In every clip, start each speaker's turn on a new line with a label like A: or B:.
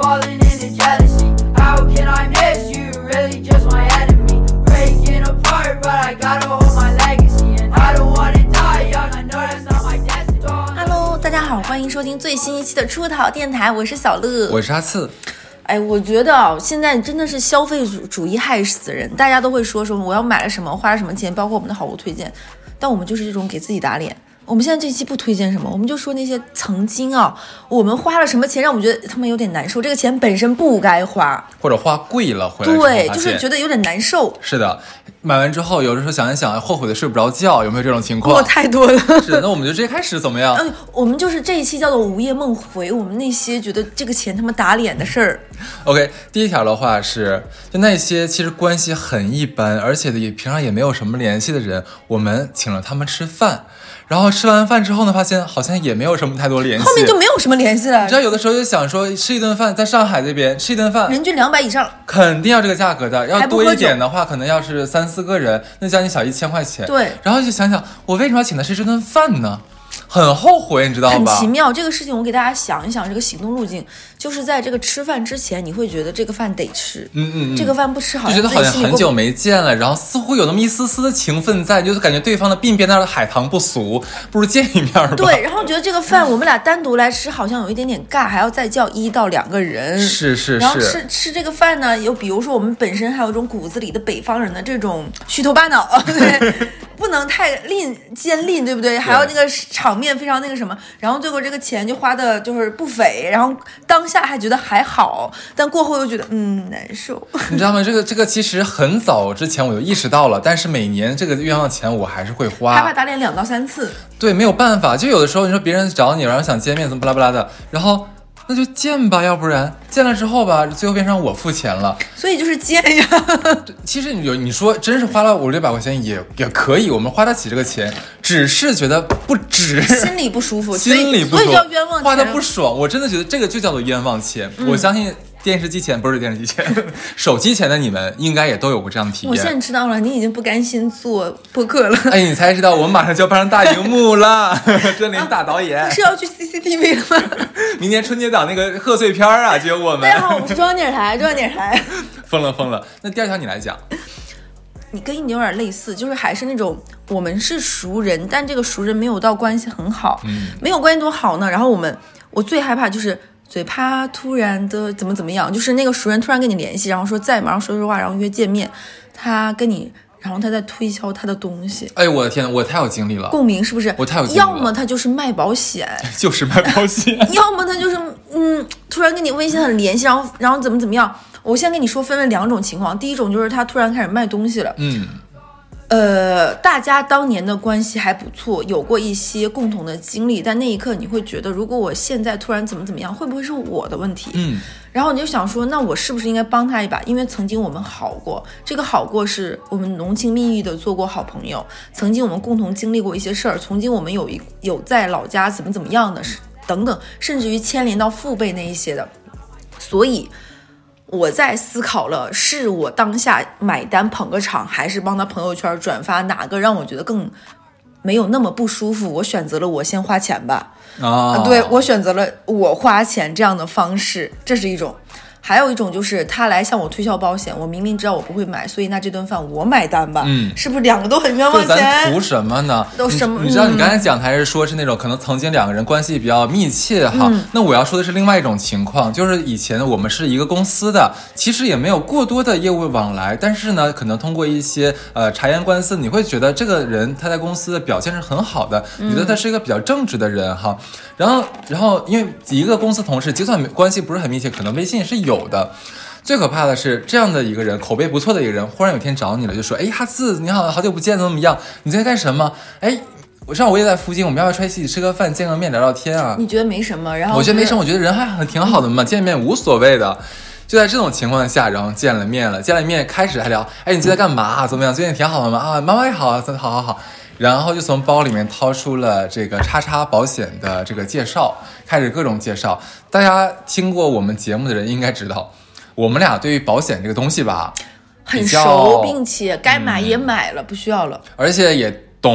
A: falling into jealousy. How can I miss you? Really just my enemy. Breaking apart, but I gotta hold my legacy. And I don't wanna die young, I know that's not my destiny.
B: 大家好，欢迎收听最新一期的出逃电台，我是小乐，
C: 我是阿次。
B: 哎，我觉得啊，现在真的是消费主义害死人，大家都会说我要买了什么，花了什么钱，包括我们的好物推荐，但我们就是这种给自己打脸。我们现在这期不推荐什么，我们就说那些曾经啊，我们花了什么钱让我们觉得他们有点难受，这个钱本身不该花，
C: 或者花贵了回来
B: 对，就是觉得有点难受。
C: 是的，买完之后有的时候想一想，后悔的睡不着觉，有没有这种情况？
B: 太多了。
C: 是的，那我们就直接开始怎么样？
B: 我们就是这一期叫做午夜梦回，我们那些觉得这个钱他们打脸的事儿。
C: OK， 第一条的话是，就那些其实关系很一般，而且也平常也没有什么联系的人，我们请了他们吃饭。然后吃完饭之后呢，发现好像也没有什么太多联系，
B: 后面就没有什么联系了。
C: 你知道，有的时候就想说，吃一顿饭，在上海这边吃一顿饭，
B: 人均200以上，
C: 肯定要这个价格的。要多一点的话，可能要是3-4个人，那将近小1000块钱。
B: 对。
C: 然后就想想，我为什么要请他吃这顿饭呢？很后悔，你知道吧？
B: 很奇妙，这个事情我给大家想一想，这个行动路径就是在这个吃饭之前，你会觉得这个饭得吃，这个饭不吃好像
C: 就觉得好像很久没见了，然后似乎有那么一丝丝的情分在，就是感觉对方的鬓边那儿的海棠不俗，不如见一面吧。
B: 对，然后觉得这个饭我们俩单独来吃好像有一点点尬，还要再叫1到2个人。
C: 是。
B: 然后吃这个饭呢，有比如说我们本身还有一种骨子里的北方人的这种虚头巴脑，对，不能太尖利，对不对？还有那个场面非常那个什么，然后最后这个钱就花的就是不菲，然后当下还觉得还好，但过后又觉得难受。
C: 你知道吗？这个其实很早之前我就意识到了，但是每年这个冤枉钱我还是会花，
B: 害怕打脸2到3次。对，
C: 没有办法，就有的时候你说别人找你，然后想见面，怎么巴拉巴拉的，然后那就见吧，要不然见了之后吧，最后变成我付钱了，
B: 所以就是见呀。
C: 其实你说真是花了500-600块钱也可以，我们花得起这个钱，只是觉得不值，
B: 心里不舒服，
C: 所以
B: 就要冤枉钱，
C: 花得不爽。我真的觉得这个就叫做冤枉钱。我相信电视机前不是电视机前，手机前的你们应该也都有过这样的体验。
B: 我现在知道了，你已经不甘心做播客了。
C: 哎，你才知道我们马上就要搬上大荧幕了，真灵大导演
B: 是要去 CCTV 了吗？
C: 明年春节档那个贺岁片啊，就有我们。
B: 大家好，我们是中央电视台，
C: 疯了。那第二条你来讲。
B: 你跟你有点类似，就是还是那种我们是熟人，但这个熟人没有到关系很好，没有关系多好呢。然后我最害怕就是嘴怕突然的怎么样，就是那个熟人突然跟你联系，然后说在吗，然后说话，然后约见面，他跟你，然后他在推销他的东西。
C: 哎，我的天，我太有经历了，
B: 共鸣是不是？
C: 我太有经历了。
B: 要么他就是卖保险，
C: 就是卖保险；
B: 要么他就是突然跟你微信很联系，然后怎么样。我先跟你说分为2种情况，第一种就是他突然开始卖东西了，大家当年的关系还不错，有过一些共同的经历，但那一刻你会觉得，如果我现在突然怎么样，会不会是我的问题？然后你就想说，那我是不是应该帮他一把？因为曾经我们好过，这个好过是我们浓情蜜意的做过好朋友，曾经我们共同经历过一些事儿，曾经我们有在老家怎么样的等等，甚至于牵连到父辈那一些的，所以我在思考了，是我当下买单捧个场，还是帮他朋友圈转发，哪个让我觉得更没有那么不舒服？我选择了我先花钱吧。对，我选择了我花钱这样的方式，这是一种。还有一种就是他来向我推销保险，我明明知道我不会买，所以那这顿饭我买单吧。是不是2个都很冤枉钱？
C: 咱图什么呢？
B: 都什么？
C: 你知道你刚才讲还是说是那种可能曾经2个人关系比较密切哈。那我要说的是另外一种情况，就是以前我们是一个公司的，其实也没有过多的业务往来，但是呢，可能通过一些察言观色，你会觉得这个人他在公司的表现是很好的，觉得他是一个比较正直的人哈。然后因为一个公司同事，就算关系不是很密切，可能微信也是有的。最可怕的是这样的一个人，口碑不错的一个人，忽然有天找你了，就说：“哎，哈次，你好，好久不见，怎么样？你在干什么？哎，我也在附近，我们要不要出来一起吃个饭，见个面，聊聊天啊？”
B: 你觉得没什么，然后
C: 我觉得没什么，我觉得人还挺好的嘛，见面无所谓的。就在这种情况下，然后见了面，开始还聊：“哎，你最近在干嘛？怎么样？最近挺好的吗？啊，妈妈也好，好。”然后就从包里面掏出了这个叉叉保险的这个介绍，开始各种介绍。大家听过我们节目的人应该知道，我们俩对于保险这个东西吧，
B: 很熟，并且该买也买了，不需要了，
C: 而且也懂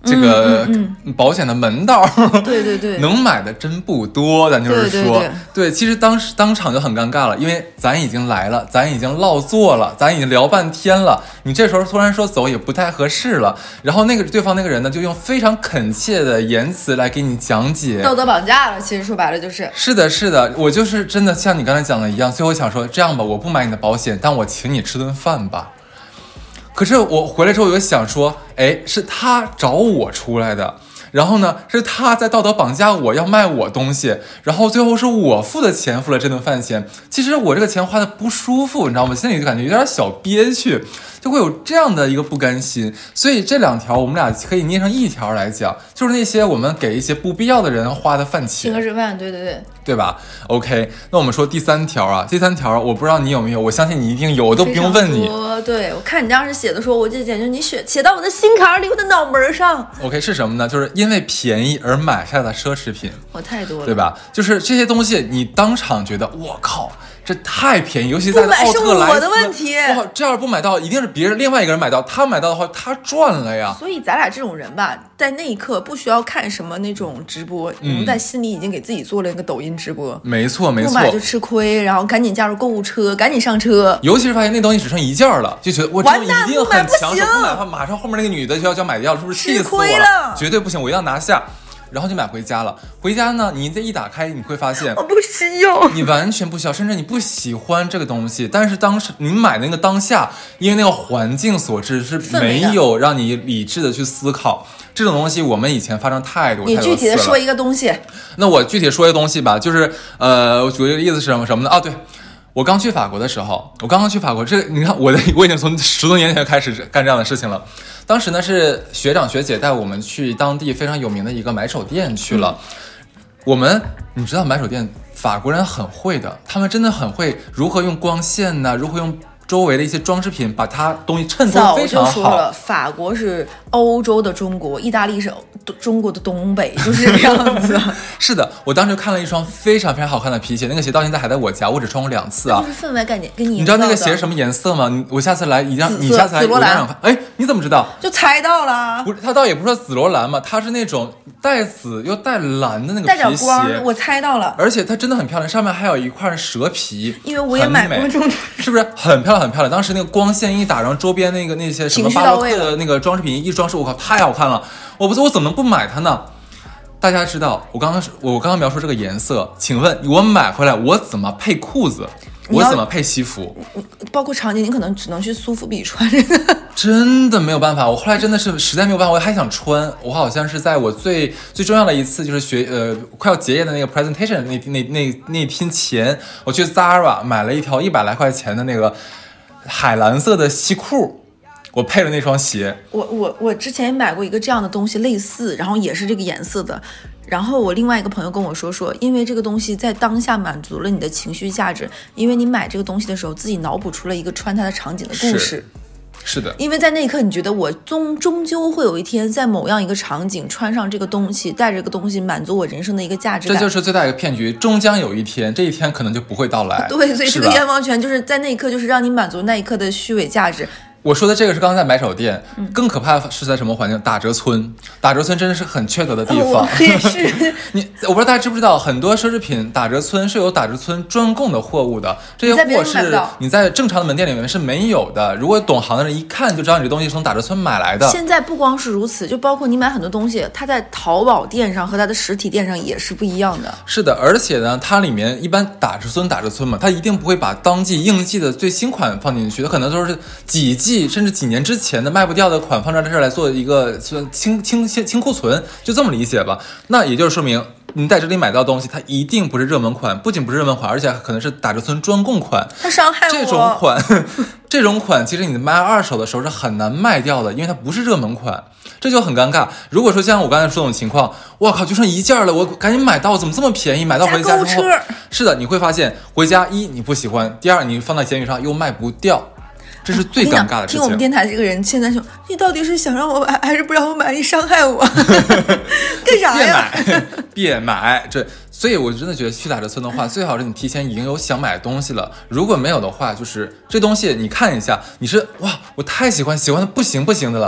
C: 这个保险的门道，
B: 对对对，
C: 能买的真不多，咱就是说，
B: 对，
C: 其实当场就很尴尬了，因为咱已经来了，咱已经落座了，咱已经聊半天了，你这时候突然说走也不太合适了，然后对方那个人呢，就用非常恳切的言辞来给你讲解，
B: 道德绑架了，其实说白了就是。
C: 是的，我就是真的像你刚才讲的一样，最后想说这样吧，我不买你的保险，但我请你吃顿饭吧。可是我回来之后有想说，是他找我出来的，然后呢是他在道德绑架我，要卖我东西，然后最后是我付的钱，付了这顿饭钱。其实我这个钱花的不舒服，你知道吗？心里就感觉有点小憋屈，就会有这样的一个不甘心。所以这2条我们俩可以捏成1条来讲，就是那些我们给一些不必要的人花的饭钱，
B: 请客吃饭，对
C: 吧 ？OK， 那我们说第3条啊，第3条我不知道你有没有，我相信你一定有，我都不用问你。
B: 对，我看你当时写的说，我就简直你写到我的心坎里，我的脑门上。
C: OK， 是什么呢？就是因为便宜而买下的奢侈品，
B: 我太多了，
C: 对吧？就是这些东西，你当场觉得我靠，这太便宜，尤其在奥特莱斯，
B: 不买是我的问题。
C: 哇，这要是不买到，一定是另外一个人买到，他买到的话，他赚了呀。
B: 所以咱俩这种人吧，在那一刻不需要看什么那种直播，我们在心里已经给自己做了一个抖音直播。
C: 没错，
B: 不买就吃亏，然后赶紧加入购物车，赶紧上车。
C: 尤其是发现那东西只剩1件了，就觉得我这一定很抢手，不买的话，马上后面那个女的就要买掉了，是不是气死我了？绝对不行，我一定要拿下。然后就买回家了。回家呢，你这一打开，你会发现
B: 我不需要，
C: 你完全不需要，甚至你不喜欢这个东西。但是当时你买的那个当下，因为那个环境所致，是没有让你理智的去思考。这种东西我们以前发生太多。
B: 你具体的说一个东西。
C: 那我具体说一个东西吧，就是我举个例子是什么呢？啊，对。我刚去法国的时候，这你看我已经从10多年前开始干这样的事情了。当时呢是学长学姐带我们去当地非常有名的一个买手店去了。你知道买手店法国人很会的，他们真的很会如何用光线呢，如何用周围的一些装饰品把它东西衬托非常好。
B: 早就说了，法国是欧洲的中国，意大利是中国的东北，就是这个样子。
C: 是的，我当时看了一双非常非常好看的皮鞋，那个鞋到现在还在我家，我只穿过2次啊。
B: 就是氛围感给你。
C: 你知道那个鞋是什么颜色吗？我下次来你下次来我让看。哎，你怎么知道？
B: 就猜到了。
C: 不是，它倒也不是说紫罗兰嘛，它是那种带紫又带蓝的那个皮鞋，
B: 带点光，我猜到了。
C: 而且它真的很漂亮，上面还有一块蛇皮，
B: 因为我也买过这种，
C: 是不是很漂亮很漂亮？当时那个光线一打，然后周边那些什么巴洛克的那个装饰品一装饰，我靠，太好看了！我怎么能不买它呢？大家知道我刚刚描述这个颜色，请问我买回来我怎么配裤子？我怎么配西服？
B: 包括场景，你可能只能去苏富比穿着。
C: 真的没有办法，我后来真的是实在没有办法，我还想穿。我好像是在我最重要的一次，就是快要结业的那个 presentation 那天前，我去 Zara 买了一条100来块钱的那个海蓝色的西裤，我配了那双鞋。
B: 我之前也买过一个这样的东西，类似，然后也是这个颜色的。然后我另外一个朋友跟我说，因为这个东西在当下满足了你的情绪价值，因为你买这个东西的时候，自己脑补出了一个穿它的场景的故事。
C: 是的，
B: 因为在那一刻，你觉得我终究会有一天在某样一个场景穿上这个东西，带着这个东西满足我人生的一个价值感。
C: 这就是最大一个骗局，终将有一天，这一天可能就不会到来。
B: 对，所以这个冤枉权就是在那一刻，就是让你满足那一刻的虚伪价值。
C: 我说的这个是刚刚在买手店，更可怕的是在什么环境？打折村真的是很缺德的地方。
B: 也是
C: 我不知道大家知不知道，很多奢侈品打折村是有打折村专供的货物的，这些货是你在正常的门店里面是没有的。如果懂行的人一看就知道你这东西从打折村买来的。
B: 现在不光是如此，就包括你买很多东西，它在淘宝店上和它的实体店上也是不一样的。
C: 是的，而且呢，它里面一般打折村嘛，它一定不会把当季应季的最新款放进去，它可能都是几季甚至几年之前的卖不掉的款放在这儿来做一个清库存，就这么理解吧。那也就是说明你在这里买到的东西，它一定不是热门款，不仅不是热门款，而且可能是打折村专供款。
B: 它伤害我。
C: 这种款其实你卖二手的时候是很难卖掉的，因为它不是热门款，这就很尴尬。如果说像我刚才说这种情况，我靠，就剩1件了，我赶紧买到，怎么这么便宜？买到回家之后，是的，你会发现回家你不喜欢，第二你放在闲鱼上又卖不掉。这是最尴尬的事情。
B: 听我们电台这个人现在说，你到底是想让我买还是不让我买？你伤害我，干啥呀？
C: 别买，这。所以我真的觉得去打折村的话，最好是你提前已经有想买的东西了。如果没有的话，就是这东西你看一下，你是哇，我太喜欢的不行的了。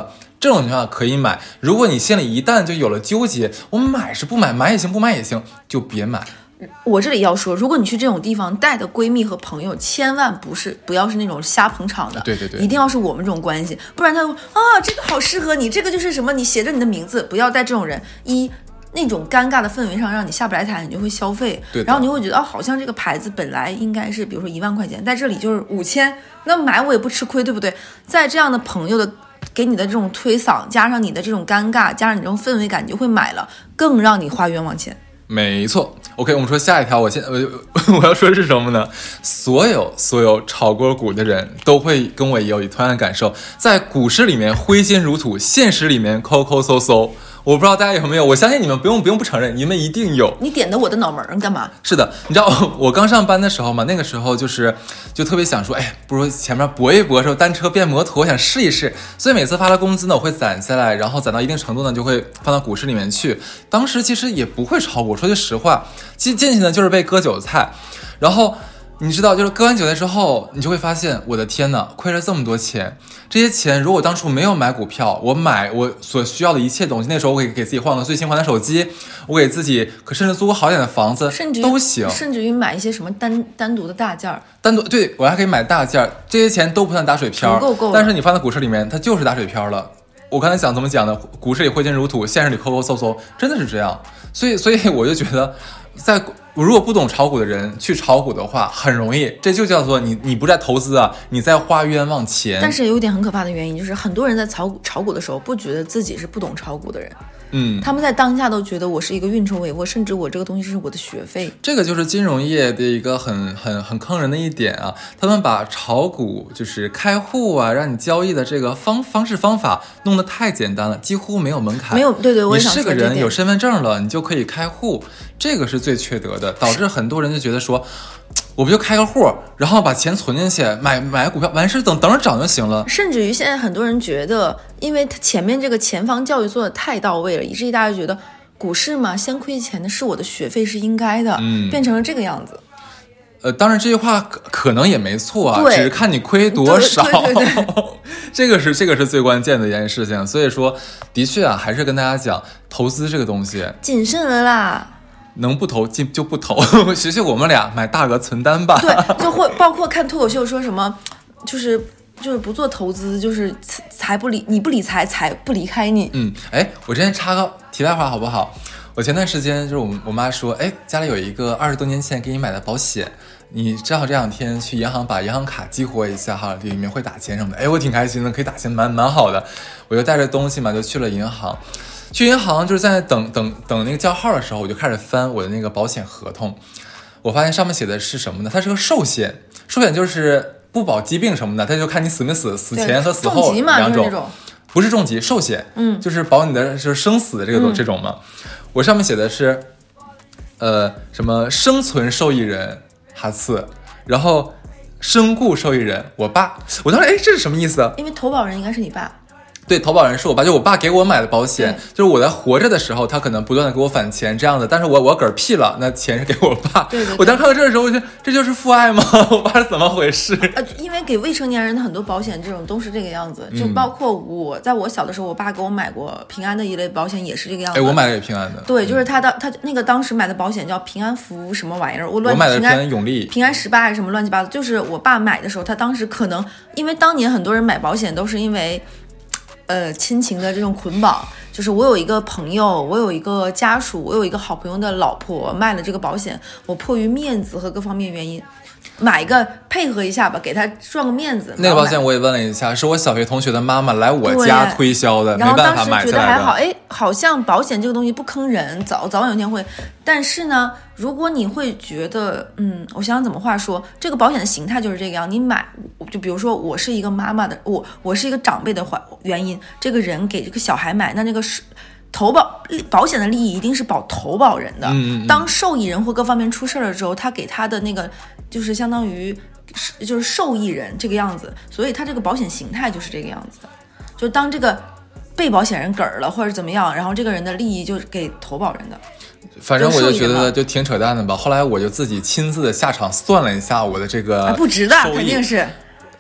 C: 这种情况可以买。如果你心里一旦就有了纠结，我买是不买，买也行不买也行，就别买。
B: 我这里要说，如果你去这种地方带的闺蜜和朋友，千万不要是那种瞎捧场的，
C: 对对对，
B: 一定要是我们这种关系，不然他说这个好适合你，这个就是什么，你写着你的名字，不要带这种人。那种尴尬的氛围上让你下不来台，你就会消费，然后你会觉得好像这个牌子本来应该是比如说1万块钱，在这里就是5000，那买我也不吃亏，对不对？在这样的朋友的给你的这种推搡，加上你的这种尴尬，加上你这种氛围感，你就会买了，更让你花冤枉钱。
C: 没错。 OK， 我们说下一条，我要说的是什么呢？所有炒过股的人都会跟我有同样的感受，在股市里面挥金如土，现实里面抠抠搜搜。我不知道大家有没有，我相信你们不用不承认，你们一定有。
B: 你点的我的脑门干嘛？
C: 是的，你知道我刚上班的时候嘛，那个时候就特别想说，哎，不如前面搏一搏的时候，单车变摩托，我想试一试。所以每次发了工资呢，我会攒下来，然后攒到一定程度呢，就会放到股市里面去。当时其实也不会炒股，说句实话，进去呢就是被割韭菜，然后。你知道，就是割完韭菜之后，你就会发现，我的天哪，亏了这么多钱。这些钱如果当初没有买股票，我买我所需要的一切东西，那时候我给自己换个最新款的手机，我给自己甚至租个好点的房子，都行，
B: 甚至于买一些什么单独的大件儿，
C: 对，我还可以买大件儿，这些钱都不算打水漂，
B: 足够。但
C: 是你放在股市里面，它就是打水漂了。我刚才怎么讲的？股市里挥金如土，现实里抠抠搜搜，真的是这样。所以我就觉得，如果不懂炒股的人去炒股的话，很容易，这就叫做你不在投资啊，你在花冤枉钱。
B: 但是有一点很可怕的原因，就是很多人在炒股的时候，不觉得自己是不懂炒股的人。他们在当下都觉得我是一个运筹帷幄，甚至我这个东西是我的学费。
C: 这个就是金融业的一个很坑人的一点啊，他们把炒股就是开户啊，让你交易的这个方式方法弄得太简单了，几乎没有门槛。
B: 没有，对，我也想说
C: 你是个人有身份证了，你就可以开户，这个是最缺德的，导致很多人就觉得说。我不就开个户，然后把钱存进去，买股票，完事等着涨就行了。
B: 甚至于现在很多人觉得，因为他前面这个前方教育做的太到位了，以至于大家觉得股市嘛，先亏钱的是我的学费是应该的，变成了这个样子。
C: 当然这句话可能也没错啊，只是看你亏多少。
B: 对
C: 这个是最关键的一件事情。所以说，的确啊，还是跟大家讲，投资这个东西
B: 谨慎了啦。
C: 能不投就不投，学我们俩买大额存单吧。
B: 对，就会包括看脱口秀说什么，就是不做投资，就是你不理财，财不离开你。
C: 我之前插个题外话好不好？我前段时间就是我妈说，家里有一个20多年前给你买的保险，你正好这2天去银行把银行卡激活一下哈，里面会打钱什么的。我挺开心的，可以打钱，蛮好的。我就带着东西嘛，就去了银行。去银行就是在等那个叫号的时候，我就开始翻我的那个保险合同。我发现上面写的是什么呢？它是个寿险就是不保疾病什么的，它就看你死没死，死前和死后2种。不是重疾，寿险，就是保你的就是生死的这种嘛。我上面写的是，什么生存受益人哈次，然后身故受益人我爸。我当时这是什么意思？
B: 因为投保人应该是你爸。
C: 对，投保人是我爸，就我爸给我买的保险，就是我在活着的时候，他可能不断的给我返钱这样的，但是我嗝屁了，那钱是给我爸。
B: 对。
C: 我当时看到这的时候，我觉得这就是父爱吗？我爸是怎么回事？
B: 因为给未成年人的很多保险这种都是这个样子，就包括在我小的时候，我爸给我买过平安的一类保险，也是这个样子。
C: 我买的也平安的。
B: 对，就是他那个当时买的保险叫平安福什么玩意儿，我
C: 买的平安永利、
B: 平安18还是什么乱七八糟，就是我爸买的时候，他当时可能因为当年很多人买保险都是因为。亲情的这种捆绑，就是我有一个朋友，我有一个家属，我有一个好朋友的老婆卖了这个保险，我迫于面子和各方面原因，买一个配合一下吧，给他赚个面子。
C: 那个保险我也问了一下，是我小学同学的妈妈来我家推销的，没办法买下来的。然后当时觉得还好，好像保险这个东西不坑人，早晚有一天会。但是呢，如果你会觉得，我想想怎么话说，这个保险的形态就是这个样。你买，就比如说我是一个妈妈的，我是一个长辈的原因，这个人给这个小孩买，那这个是。保险的利益一定是保投保人的。当受益人或各方面出事了之后，他给他的那个就是相当于就是受益人这个样子，所以他这个保险形态就是这个样子的。就当这个被保险人嗝儿了或者怎么样，然后这个人的利益就是给投保人的。 反正我就觉得就挺扯淡的吧。后来我就自己亲自的下场算了一下我的这个
B: 不值的，肯定是。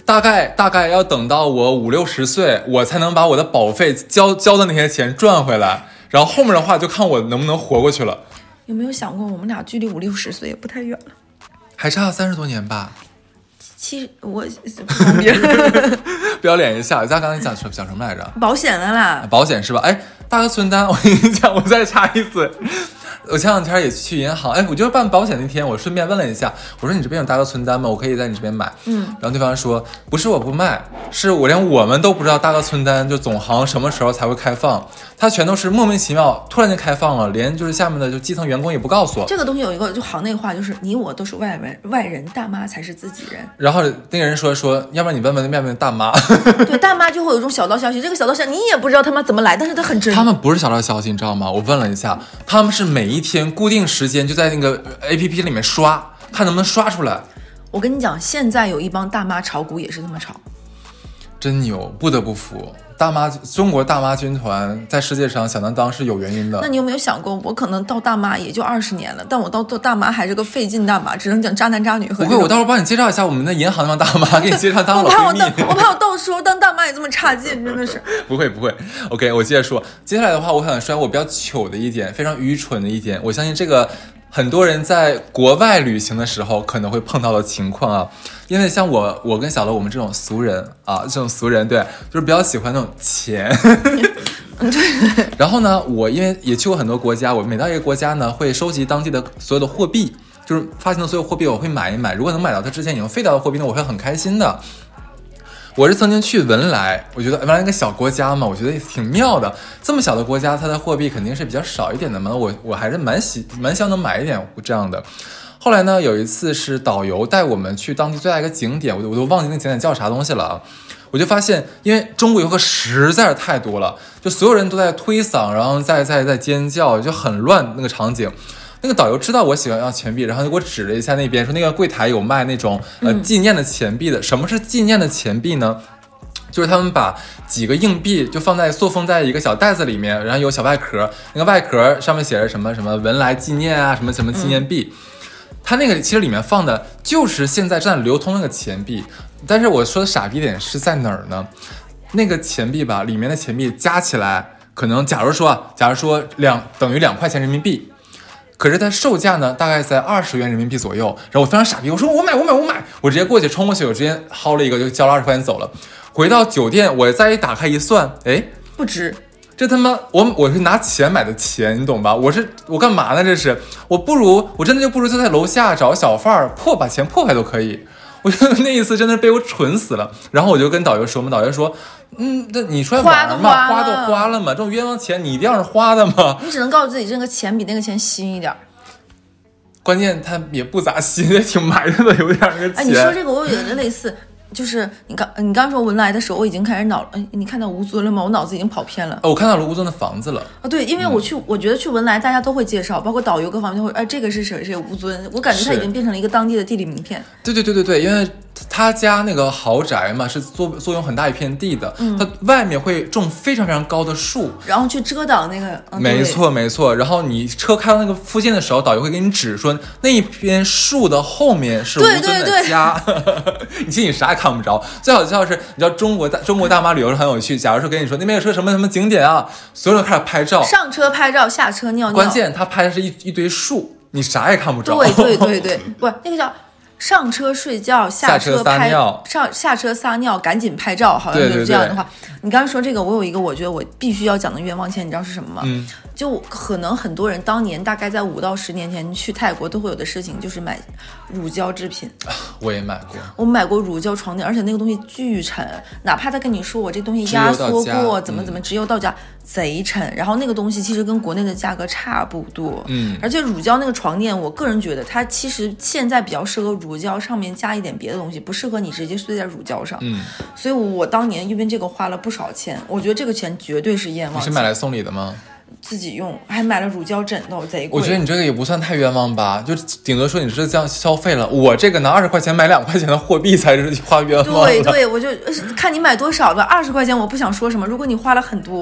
C: 大概要等到我50-60岁，我才能把我的保费交的那些钱赚回来，然后后面的话就看我能不能活过去了。
B: 有没有想过我们俩距离50-60岁也不太远了，
C: 还差30多年吧？
B: 其实我旁边
C: 不要脸一下，咱刚才讲什么来着？
B: 保险的啦，
C: 保险是吧？哎，大哥孙丹，我跟你讲，我再插一嘴。我前两天也去银行，哎，我就是办保险那天，我顺便问了一下，我说你这边有大哥存单吗？我可以在你这边买。然后对方说不是我不卖，是我连我们都不知道大哥存单就总行什么时候才会开放，它全都是莫名其妙突然间开放了，连就是下面的就基层员工也不告诉我。
B: 这个东西有一个就行内话，就是你我都是外人，大妈才是自己人。
C: 然后那个人说，要不然你问问那边的大妈。
B: 对，大妈就会有一种小道消息，这个小道消息你也不知道他妈怎么来，但是它很真。
C: 他们不是小道消息，你知道吗？我问了一下，他们是每一天固定时间就在那个 APP 里面刷，看能不能刷出来。
B: 我跟你讲，现在有一帮大妈炒股也是这么炒，
C: 真牛，不得不服。中国大妈军团在世界上响当当是有原因的。
B: 那你有没有想过，我可能到大妈也就20年了，但我到大妈还是个费劲大妈，只能讲渣男渣女和。
C: 不会，我到时候帮你介绍一下我们的银行那帮大妈，给你介绍当老闺蜜。
B: 我怕我到时候当大妈也这么差劲，真的是。
C: 不会。OK， 我接着说。接下来的话，我想说我比较糗的一点，非常愚蠢的一点，我相信这个很多人在国外旅行的时候可能会碰到的情况啊。因为像我跟小乐我们这种俗人啊，这种俗人对，就是比较喜欢那种钱。对。然后呢，我因为也去过很多国家，我每到一个国家呢，会收集当地的所有的货币，就是发行的所有货币我会买一买，如果能买到它之前已经废掉的货币呢，我会很开心的。我是曾经去文莱，我觉得文莱一个小国家嘛，我觉得挺妙的。这么小的国家，它的货币肯定是比较少一点的嘛，我还是蛮想能买一点这样的。后来呢，有一次是导游带我们去当地最大一个景点，我都忘记那个景点叫啥东西了啊。我就发现，因为中国游客实在是太多了，就所有人都在推搡，然后在尖叫，就很乱那个场景。那个导游知道我喜欢要钱币，然后就给我指了一下那边，说那个柜台有卖那种纪念的钱币的。什么是纪念的钱币呢？就是他们把几个硬币就塑封在一个小袋子里面，然后有小外壳，那个外壳上面写着什么什么文莱纪念啊，什么什么纪念币。它那个其实里面放的就是现在正在流通那个钱币。但是我说的傻逼点是在哪儿呢？那个钱币吧，里面的钱币加起来可能假如说等于2块钱人民币。可是它售价呢，大概在20元人民币左右。然后我非常傻逼，我说我买，我直接过去冲过去，我直接薅了一个，就交了20块钱走了。回到酒店，我再一打开一算，哎，
B: 不值。
C: 这他妈我是拿钱买的钱，你懂吧？我干嘛呢？这是我真的就不如就在楼下找个小贩儿把钱破坏都可以。我觉得那一次真的是被我蠢死了。然后我就跟导游说嘛，导游说，那你出来玩嘛，花都花了嘛，这种冤枉钱你一定要是花的嘛。
B: 你只能告诉自己这个钱比那个钱新一点。
C: 关键它也不咋新，也挺埋汰的，有点那个钱。
B: 哎，你说这个我有点类似。就是你刚说文莱的时候，我已经开始你看到吴尊了吗？我脑子已经跑偏了。
C: 我看到了吴尊的房子了。
B: 对，因为我觉得去文莱大家都会介绍，包括导游各方面都会，这个是谁吴尊，我感觉他已经变成了一个当地的地理名片。对，因为他家那个豪宅嘛，是坐拥很大一片地的，他外面会种非常非常高的树， 然后去遮挡那个。
C: 没错。然后你车开到那个附近的时候，导游会给你指说那一边树的后面是吴尊的家。你其实你啥也看不着。最好笑是，你知道中国大妈旅游是很有趣。假如说跟你说那边有什么什么景点啊，所有人开始拍照，
B: 上车拍照，下车尿尿。
C: 关键他拍的是一堆树，你啥也看不着。
B: 对，不，那个叫。上车睡觉，下车拍尿，下车撒尿，赶紧拍照，好像就是这样的话。你刚刚说这个，我有一个我觉得我必须要讲的冤枉钱，你知道是什么吗？就可能很多人当年大概在5到10年前去泰国都会有的事情，就是买乳胶制品。我也买过，我买过乳胶床垫，而且那个东西巨沉，哪怕他跟你说我这东西压缩过，怎么直邮到家，贼沉。然后那个东西其实跟国内的价格差不多，而且乳胶那个床垫，我个人觉得它其实现在比较适合乳胶上面加一点别的东西，不适合你直接睡在乳胶上。所以我当年因为这个花了不少钱，我觉得这个钱绝对是冤枉钱。你是买来送礼的吗？自己用，还买了乳胶枕头，贼贵。我觉得你这个也不算太冤枉吧，就顶多说你是这样消费了。我这个拿20块钱买2块钱的货币才是花冤枉了。对，我就看你买多少吧。20块钱我不想说什么，如果你花了很多，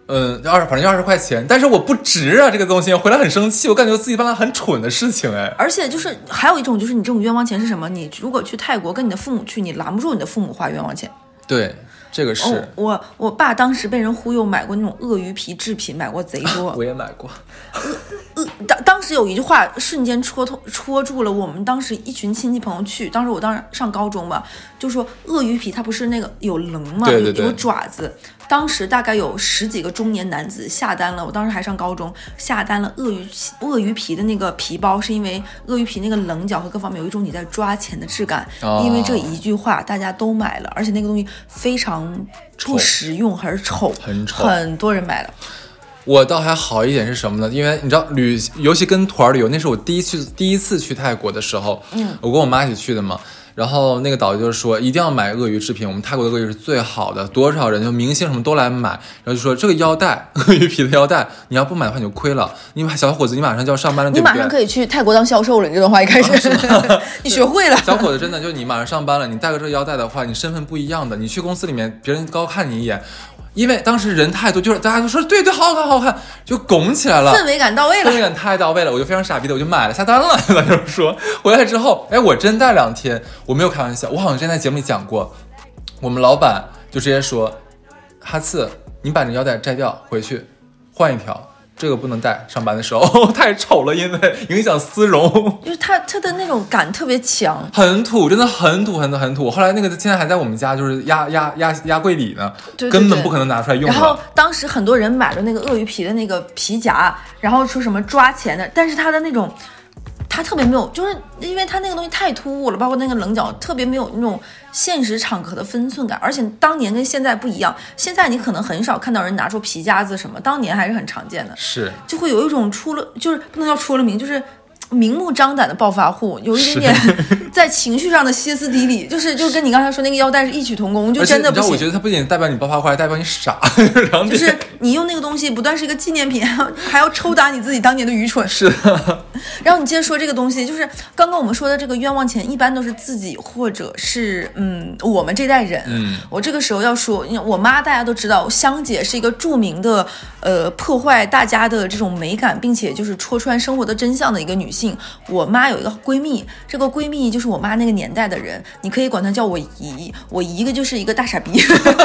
C: 反正就20块钱，但是我不值啊，这个东西回来很生气，我感觉我自己办了很蠢的事情哎。
B: 而且就是还有一种就是你这种冤枉钱是什么？你如果去泰国跟你的父母去，你拦不住你的父母花冤枉钱。
C: 对，这个是。
B: 我爸当时被人忽悠买过那种鳄鱼皮制品，买过贼多。
C: 我也买过。
B: 当时有一句话瞬间戳住了我们当时一群亲戚朋友去，当时上高中吧，就说鳄鱼皮它不是那个有棱吗？
C: 对对对，
B: 有爪子。当时大概有10几个中年男子下单了，我当时还上高中，下单了鳄鱼皮的那个皮包，是因为鳄鱼皮那个棱角和各方面有一种你在抓钱的质感，因为这一句话大家都买了，而且那个东西非常不实用，很丑，很多人买了。
C: 我倒还好一点是什么呢？因为你知道尤其跟团旅游，那是我第一次去泰国的时候，我跟我妈一起去的嘛。然后那个导游就说一定要买鳄鱼制品，我们泰国的鳄鱼是最好的，多少人就明星什么都来买。然后就说这个腰带，鳄鱼皮的腰带，你要不买的话你就亏了。你小伙子，你马上就要上班了，对不对？
B: 你马上可以去泰国当销售了。你这段话一开始，你学会了。
C: 小伙子真的就你马上上班了，你带个这个腰带的话，你身份不一样的。你去公司里面，别人高看你一眼。因为当时人太多，就是大家都说对，好看，就拱起来了，
B: 氛围感到位了，
C: 氛围感太到位了，我就非常傻逼的，我就买了，下单了。他就说回来之后，我真戴2天，我没有开玩笑，我好像之前在节目里讲过，我们老板就直接说，哈次，你把这腰带摘掉，回去换一条。这个不能戴，上班的时候太丑了，因为影响丝绒。
B: 就是它的那种感特别强，
C: 很土，真的很土。后来那个现在还在我们家，就是压柜里呢，
B: 对，
C: 根本不可能拿出来用了。
B: 然后当时很多人买了那个鳄鱼皮的那个皮夹，然后说什么抓钱的，但是它的那种。它特别没有，就是因为它那个东西太突兀了，包括那个棱角特别没有那种现实场合的分寸感，而且当年跟现在不一样，现在你可能很少看到人拿出皮夹子什么，当年还是很常见的，
C: 是
B: 就会有一种就是不能叫出了名，就是明目张胆的暴发户，有一点点在情绪上的歇斯底里，就跟你刚才说那个腰带是异曲同工，就真的不行。
C: 我觉得它不仅代表你暴发户，还代表你傻，
B: 就是你用那个东西不但是一个纪念品，还要抽打你自己当年的愚蠢。
C: 是的。
B: 然后你接着说这个东西，就是刚刚我们说的这个冤枉钱，一般都是自己或者是我们这代人。我这个时候要说，我妈大家都知道，香姐是一个著名的破坏大家的这种美感，并且就是戳穿生活的真相的一个女性。我妈有一个闺蜜，这个闺蜜就是我妈那个年代的人，你可以管她叫我姨，我姨个就是一个大傻逼。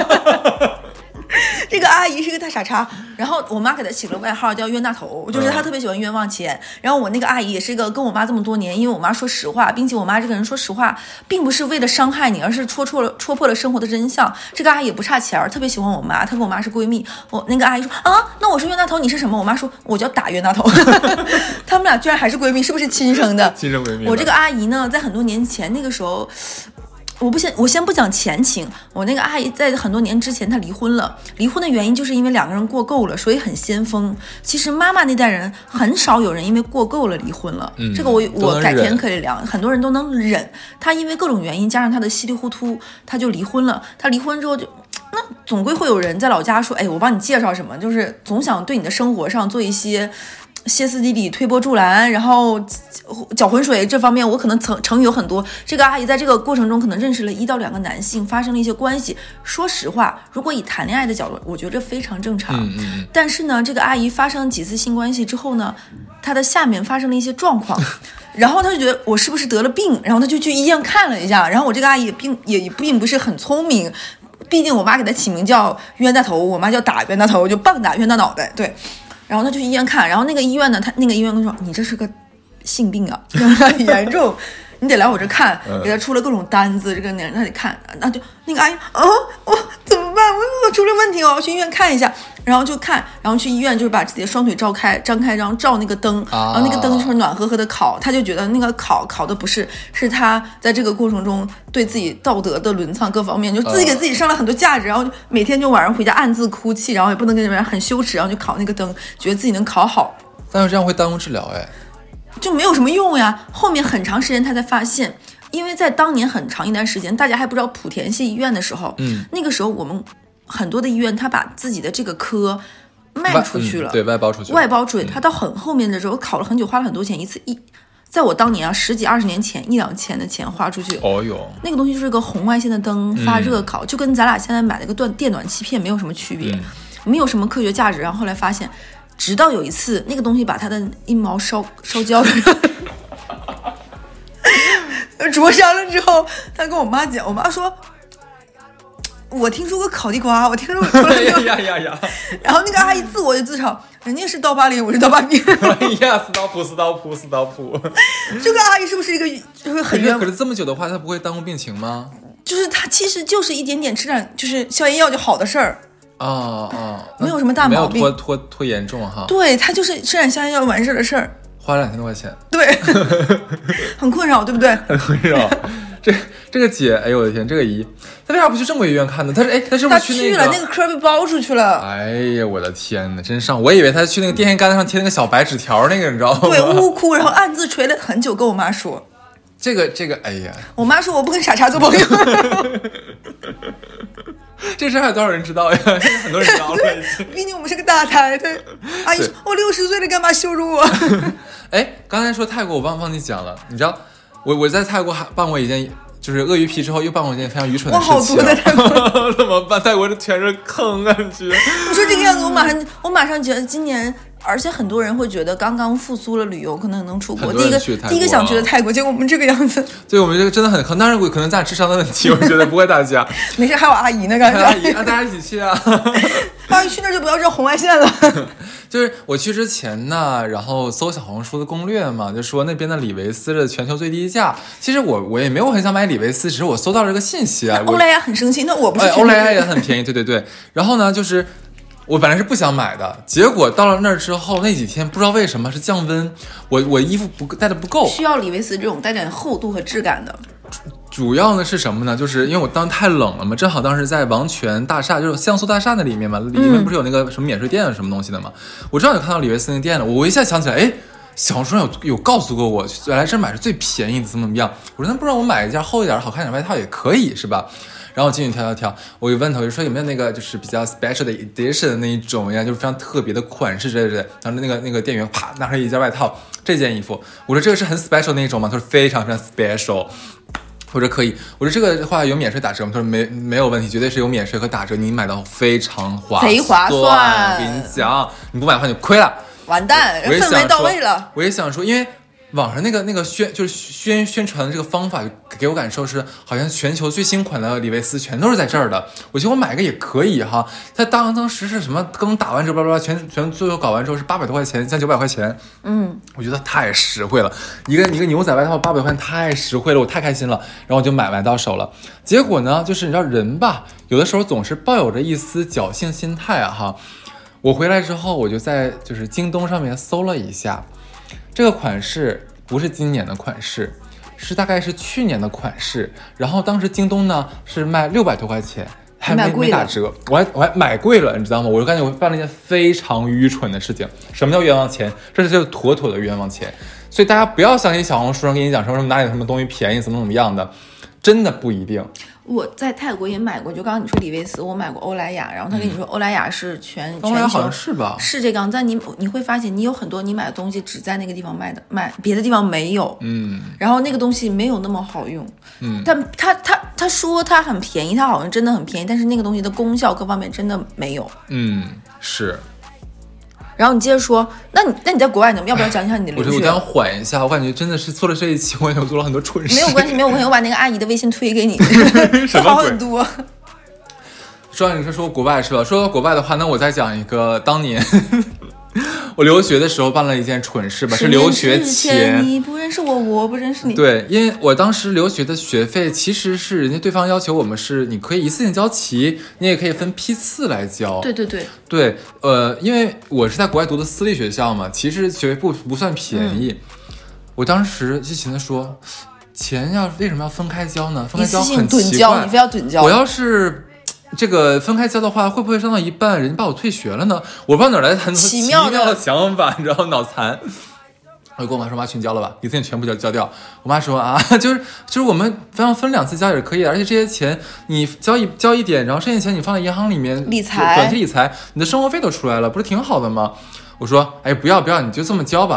B: 这个阿姨是个大傻叉，然后我妈给她起了个外号叫冤大头，就是她特别喜欢冤枉钱。然后我那个阿姨也是一个跟我妈这么多年，因为我妈说实话，并且我妈这个人说实话并不是为了伤害你，而是戳破了生活的真相。这个阿姨也不差钱，特别喜欢我妈，她跟我妈是闺蜜。我那个阿姨说那我是冤大头，你是什么？我妈说我叫打冤大头。他们俩居然还是闺蜜，是不是亲生的？
C: 亲生闺蜜。
B: 我这个阿姨呢，在很多年前那个时候。我先不讲前情，我那个阿姨在很多年之前她离婚了，离婚的原因就是因为2个人过够了，所以很先锋。其实妈妈那代人很少有人因为过够了离婚了，这个我改天可以聊，很多人都能忍。她因为各种原因加上她的稀里糊涂，她就离婚了。她离婚之后那总归会有人在老家说，我帮你介绍什么，就是总想对你的生活上做一些歇斯底里、推波助澜，然后搅浑水，这方面我可能成语有很多。这个阿姨在这个过程中可能认识了1到2个男性，发生了一些关系。说实话，如果以谈恋爱的角度，我觉得非常正常。但是呢，这个阿姨发生几次性关系之后呢，她的下面发生了一些状况，然后她就觉得我是不是得了病，然后她就去医院看了一下。然后我这个阿姨也并不是很聪明，毕竟我妈给她起名叫冤大头，我妈叫打冤大头，就棒打冤大脑袋，对。然后他去医院看，然后那个医院呢，那个医院跟说你这是个性病啊，很严重，你得来我这看，给他出了各种单子，这个人他得看，那就那个阿姨我怎么办？我出了问题，我要去医院看一下。然后就看，然后去医院就是把自己的双腿张开，然后照那个灯，然后那个灯就是暖和和的烤，他就觉得那个烤的不是他在这个过程中对自己道德的沦丧各方面，就自己给自己上了很多价值，然后每天就晚上回家暗自哭泣，然后也不能跟人很羞耻，然后就烤那个灯，觉得自己能烤好。
C: 但是这样会耽误治疗
B: 就没有什么用呀。后面很长时间他才发现，因为在当年很长一段时间大家还不知道莆田系医院的时候，那个时候我们很多的医院他把自己的这个科卖出去了，
C: 对，外包出去了，
B: 外包出去。他到很后面的时候考了很久，花了很多钱，在我当年10几20年前1、2千的钱花出去。那个东西就是个红外线的灯发热烤，就跟咱俩现在买了个电暖气片没有什么区别。 没有什么科学价值。然后后来发现，直到有一次那个东西把他的阴毛烧焦了。灼伤了之后，他跟我妈讲，我妈说：“我听说过烤地瓜，我听说过。”
C: 呀。
B: 然后那个阿姨自我就自嘲，人家是刀疤脸，我是刀疤面。
C: 哎呀，斯刀普。
B: 这个阿姨是不是一个就是很冤枉？
C: 可是这么久的话，她不会耽误病情吗？
B: 就是她其实就是一点点吃点就是消炎药就好的事儿。没有什么大毛病，
C: 没有拖严重哈。
B: 对，她就是吃点消炎药完事的事儿。
C: 花了2000多块钱，
B: 对，很困扰，对不对？
C: 很困扰。这个姐，哎呦我的天，这个姨，她为啥不去正规医院看呢？她是不是去
B: 了那个科被包出去了？
C: 哎呀，我的天哪，真上！我以为她去那个电线杆上贴那个小白纸条那个，你知道吗？
B: 对，呜哭，然后暗自捶了很久，跟我妈说。
C: 这个，哎呀，
B: 我妈说我不跟傻叉做朋友。
C: 这事还有多少人知道呀？现在很多人知道了。
B: 毕竟我们是个大台，对。阿姨说：“我60岁了，干嘛羞辱我？”
C: 哎，刚才说泰国，我忘记讲了。你知道，我在泰国还办过一件，就是鳄鱼皮之后又办过一件非常愚蠢的事情。
B: 我好多在泰国，
C: 怎么办？泰国这全是坑啊！你
B: 说这个样子，我马上觉得今年。而且很多人会觉得刚刚复苏了旅游可能能出国，第一个想去的泰国，结果我们这个样子。
C: 对，我们这个真的很坑，当然可能咱俩智商的问题，我觉得不会大家。
B: 没事，还有阿姨呢，感觉。
C: 阿姨啊，大家一起去啊！
B: 阿姨去那儿就不要绕红外线了。
C: 就是我去之前呢，然后搜小红书的攻略嘛，就说那边的李维斯的全球最低价。其实我也没有很想买李维斯，只是我搜到这个信息啊。
B: 欧莱雅很生气，那我不是。
C: 欧莱雅也很便宜，对。然后呢，就是我本来是不想买的，结果到了那儿之后，那几天不知道为什么是降温，我衣服带的不够，
B: 需要李维斯这种带点厚度和质感的。
C: 主要呢是什么呢？就是因为我当时太冷了嘛，正好当时在王权大厦，就是像素大厦那里面嘛，里面不是有那个什么免税店什么东西的嘛，我正好有看到李维斯那个店了，我一下想起来，哎，小红书上有告诉过我，来这买是最便宜的，怎么样？我说那不然我买一件厚一点、好看点外套也可以，是吧？然后我进去挑，我就问他，我就说有没有那个就是比较 special 的 edition 的那一种呀，就是非常特别的款式之类的。然后那个店员啪拿出一件外套，这件衣服，我说这个是很 special 那一种吗？他说非常非常 special。我说可以，我说这个的话有免税打折吗？他说没有问题，绝对是有免税和打折，你买到非常贼
B: 划算。
C: 我跟你讲，你不买的话你就亏了，
B: 完蛋，氛围到位了。
C: 我也想说，因为网上那个宣传的这个方法给我感受是，好像全球最新款的李维斯全都是在这儿的。我觉得我买个也可以哈。它当时是什么刚打完折，巴拉巴拉，全最后搞完之后是800多块钱，将900块钱。我觉得太实惠了。一个牛仔外套800块钱太实惠了，我太开心了。然后我就买到手了。结果呢，就是你知道人吧，有的时候总是抱有着一丝侥幸心态啊哈。我回来之后，我就在就是京东上面搜了一下。这个款式不是今年的款式，是大概是去年的款式。然后当时京东呢是卖600多块钱，还没打折，我还买贵了，你知道吗？我就感觉我办了一件非常愚蠢的事情。什么叫冤枉钱？这是妥妥的冤枉钱。所以大家不要相信小红书上跟你讲什么哪里什么东西便宜怎么样的，真的不一定。
B: 我在泰国也买过，就刚刚你说李维斯，我买过欧莱雅，然后他跟你说欧莱雅是全
C: 欧莱雅好像是吧？
B: 是这个，但你会发现你有很多你买的东西只在那个地方卖，别的地方没有。然后那个东西没有那么好用。但他说他很便宜，他好像真的很便宜，但是那个东西的功效各方面真的没有。
C: 是。
B: 然后你接着说，那你在国外呢？要不要讲一下你的留学？
C: 我想缓一下，我感觉真的是做了这一期，我做了很多蠢事。
B: 没有关系，我把那个阿姨的微信推给你，好很多。
C: 你是说国外是吧？说到国外的话，那我再讲一个当年我留学的时候办了一件蠢事吧，是留学前
B: 你不认识我，我不认识你。
C: 对，因为我当时留学的学费其实是人家对方要求我们是你可以一次性交齐，你也可以分批次来交。对，因为我是在国外读的私立学校嘛，其实学费不算便宜。我当时就寻思说，钱为什么要分开交呢？分开交很奇怪，
B: 你非要趸交。
C: 我要是这个分开交的话，会不会上到一半人家把我退学了呢？我不知道哪来的很多奇妙的想法，你知道，脑残。我跟我妈说，妈全交了吧，一次性全部交掉。我妈说啊，就是我们分2次交也是可以的，而且这些钱你交一点，然后剩下钱你放在银行里面
B: 理财，
C: 短期理财，你的生活费都出来了，不是挺好的吗？我说，哎，不要，你就这么交吧。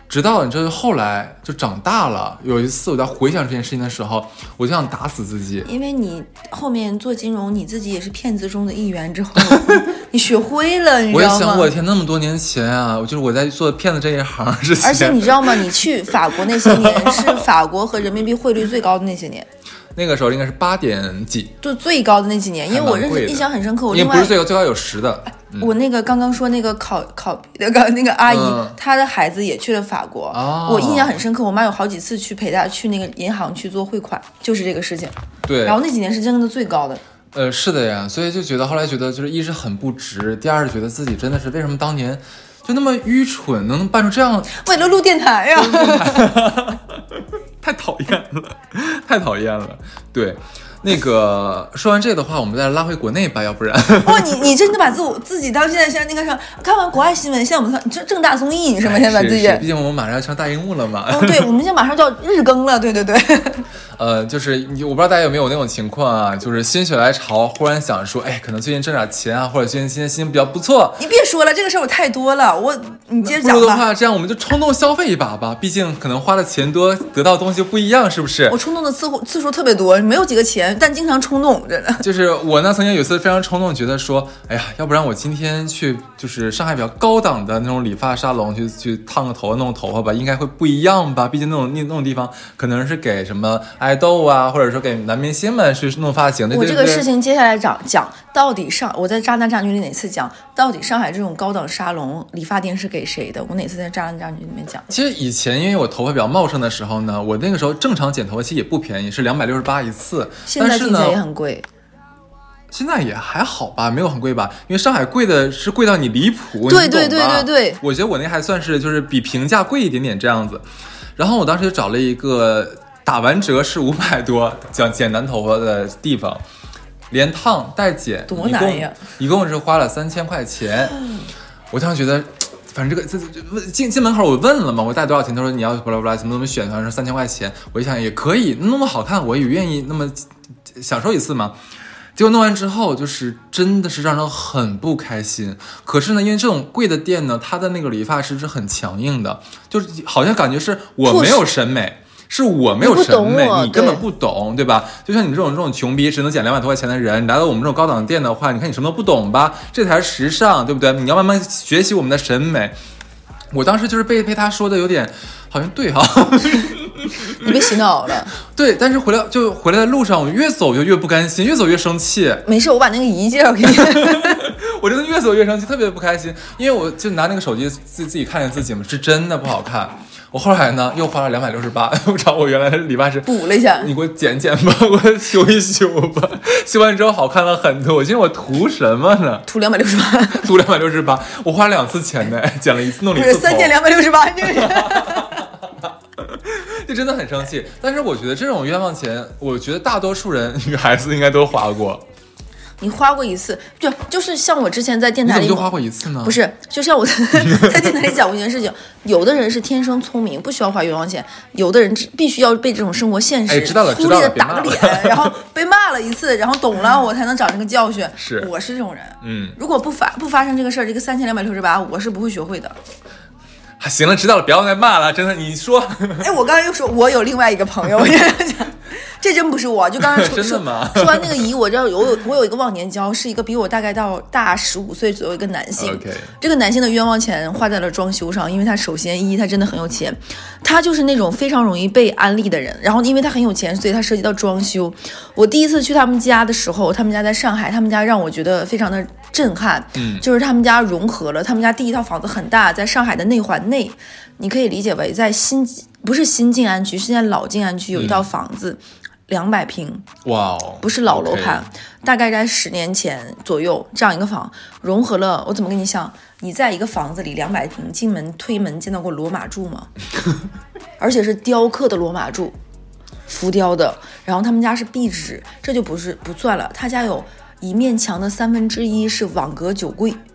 C: 直到你知道后来就长大了，有一次我在回想这件事情的时候，我就想打死自己。
B: 因为你后面做金融，你自己也是骗子中的一员之后，你学会了，你知道吗？
C: 我也想，我的天，那么多年前啊，就是我在做骗子这一行之前。
B: 而且你知道吗？你去法国那些年是法国和人民币汇率最高的那些年。
C: 那个时候应该是8点几，
B: 就最高的那几年，因为我印象很深刻。我
C: 因为不是最高，最高有10的。
B: 我那个刚刚说那个考那个阿姨，她的孩子也去了法国，我印象很深刻。我妈有好几次去陪她去那个银行去做汇款，就是这个事情。
C: 对，
B: 然后那几年是真的最高的。
C: 是的呀，所以就觉得后来觉得就是一是很不值，第二是觉得自己真的是为什么当年就那么愚蠢，能办出这样，
B: 为了录电台呀，
C: 太讨厌了，太讨厌了。对，那个说完这个的话，我们再拉回国内吧，要不然。
B: 哇，你真的把自己当现在像那个什么，看完国外新闻，现在我们正大综艺，你是吗？现在把自己，
C: 毕竟我们马上要上大荧幕了嘛。
B: 对，我们现在马上就要日更了，对。
C: 就是我不知道大家有没有那种情况啊，就是心血来潮，忽然想说，哎，可能最近挣点钱啊，或者最近今天心情比较不错。
B: 你别说了，这个事儿我太多了，你接着讲吧。
C: 不如的话，这样我们就冲动消费一把吧，毕竟可能花的钱多，得到的东西不一样，是不是？
B: 我冲动的次数特别多，没有几个钱，但经常冲动，真的。
C: 就是我呢，曾经有一次非常冲动，觉得说，哎呀，要不然我今天去就是上海比较高档的那种理发沙龙去烫个头发、弄头发吧，应该会不一样吧？毕竟那种地方可能是给什么爱豆啊，或者说给男明星们去弄发型的。
B: 我这个事情接下来讲到底我在渣男渣女里哪次讲到底上海这种高档沙龙理发店是给谁的？我哪次在渣男渣女里面讲？
C: 其实以前因为我头发比较茂盛的时候呢，我那个时候正常剪头发其实也不便宜，是268一次。
B: 现在听起来也很贵。
C: 现在也还好吧，没有很贵吧？因为上海贵的是贵到你离谱。
B: 对，
C: 我觉得我那还算是就是比平价贵一点点这样子。然后我当时就找了一个打完折是500多剪男头发的地方，连烫带剪
B: 多难呀！
C: 一共是花了3000块钱。我当时觉得，反正这进门口我问了嘛，我带多少钱？他说你要巴拉巴拉怎么选，反正3000块钱。我一想也可以，那么好看我也愿意那么享受一次嘛。结果弄完之后，就是真的是让人很不开心。可是呢，因为这种贵的店呢，它的那个理发师是很强硬的，就是好像感觉是我没有审美，是我没有审美，你根本不懂，对吧？就像你这种穷逼只能剪200多块钱的人，你来到我们这种高档店的话，你看你什么都不懂吧？这才是时尚，对不对？你要慢慢学习我们的审美。我当时就是被他说的有点好像对哈。
B: 你被洗脑了。
C: 对，但是回来的路上，我越走就越不甘心，越走越生气。
B: 没事，我把那个仪介绍给你。
C: 我真的越走越生气，特别不开心，因为我就拿那个手机自己看见自己嘛，是真的不好看。我后来呢，又花了268，我找我原来的理发师
B: 补了一下，
C: 你给我剪剪吧，我修一修吧。修完之后好看了很多。我寻思我图什么呢？
B: 图268，
C: 图268，我花了2次钱呢，剪了一次，弄了一次头。
B: 不是3件268，这个人。
C: 就真的很生气。但是我觉得这种冤枉钱，我觉得大多数人女孩子应该都花过。
B: 你花过一次，就是像我之前在电台里，
C: 你怎么就花过一次呢？
B: 不是，就像我在电台里讲过一件事情，有的人是天生聪明，不需要花冤枉钱；有的人必须要被这种生活现实粗粝的打个脸，然后被骂了一次，然后懂了，我才能长这个教训。我是这种人。如果不发生这个事儿，这个3268，我是不会学会的。
C: 行了，知道了，不要再骂了，真的，你说。
B: 哎，我刚才又说，我有另外一个朋友，这真不是我，就刚才
C: 真的吗？
B: 说完那个姨，我知道我有一个忘年交，是一个比我大概大15岁左右一个男性。这个男性的冤枉钱花在了装修上，因为他首先他真的很有钱，他就是那种非常容易被安利的人。然后因为他很有钱，所以他涉及到装修。我第一次去他们家的时候，他们家在上海，他们家让我觉得非常的震撼。就是他们家融合了，他们家第一套房子很大，在上海的内环内，你可以理解为在不是新静安区，是在老静安区有一套房子。200平，
C: 哇，
B: 不是老楼盘，大概在10年前左右，这样一个房融合了。我怎么跟你想？你在一个房子里200平，进门推门见到过罗马柱吗？而且是雕刻的罗马柱，浮雕的。然后他们家是壁纸，这就不算了。他家有一面墙的1/3是网格酒柜。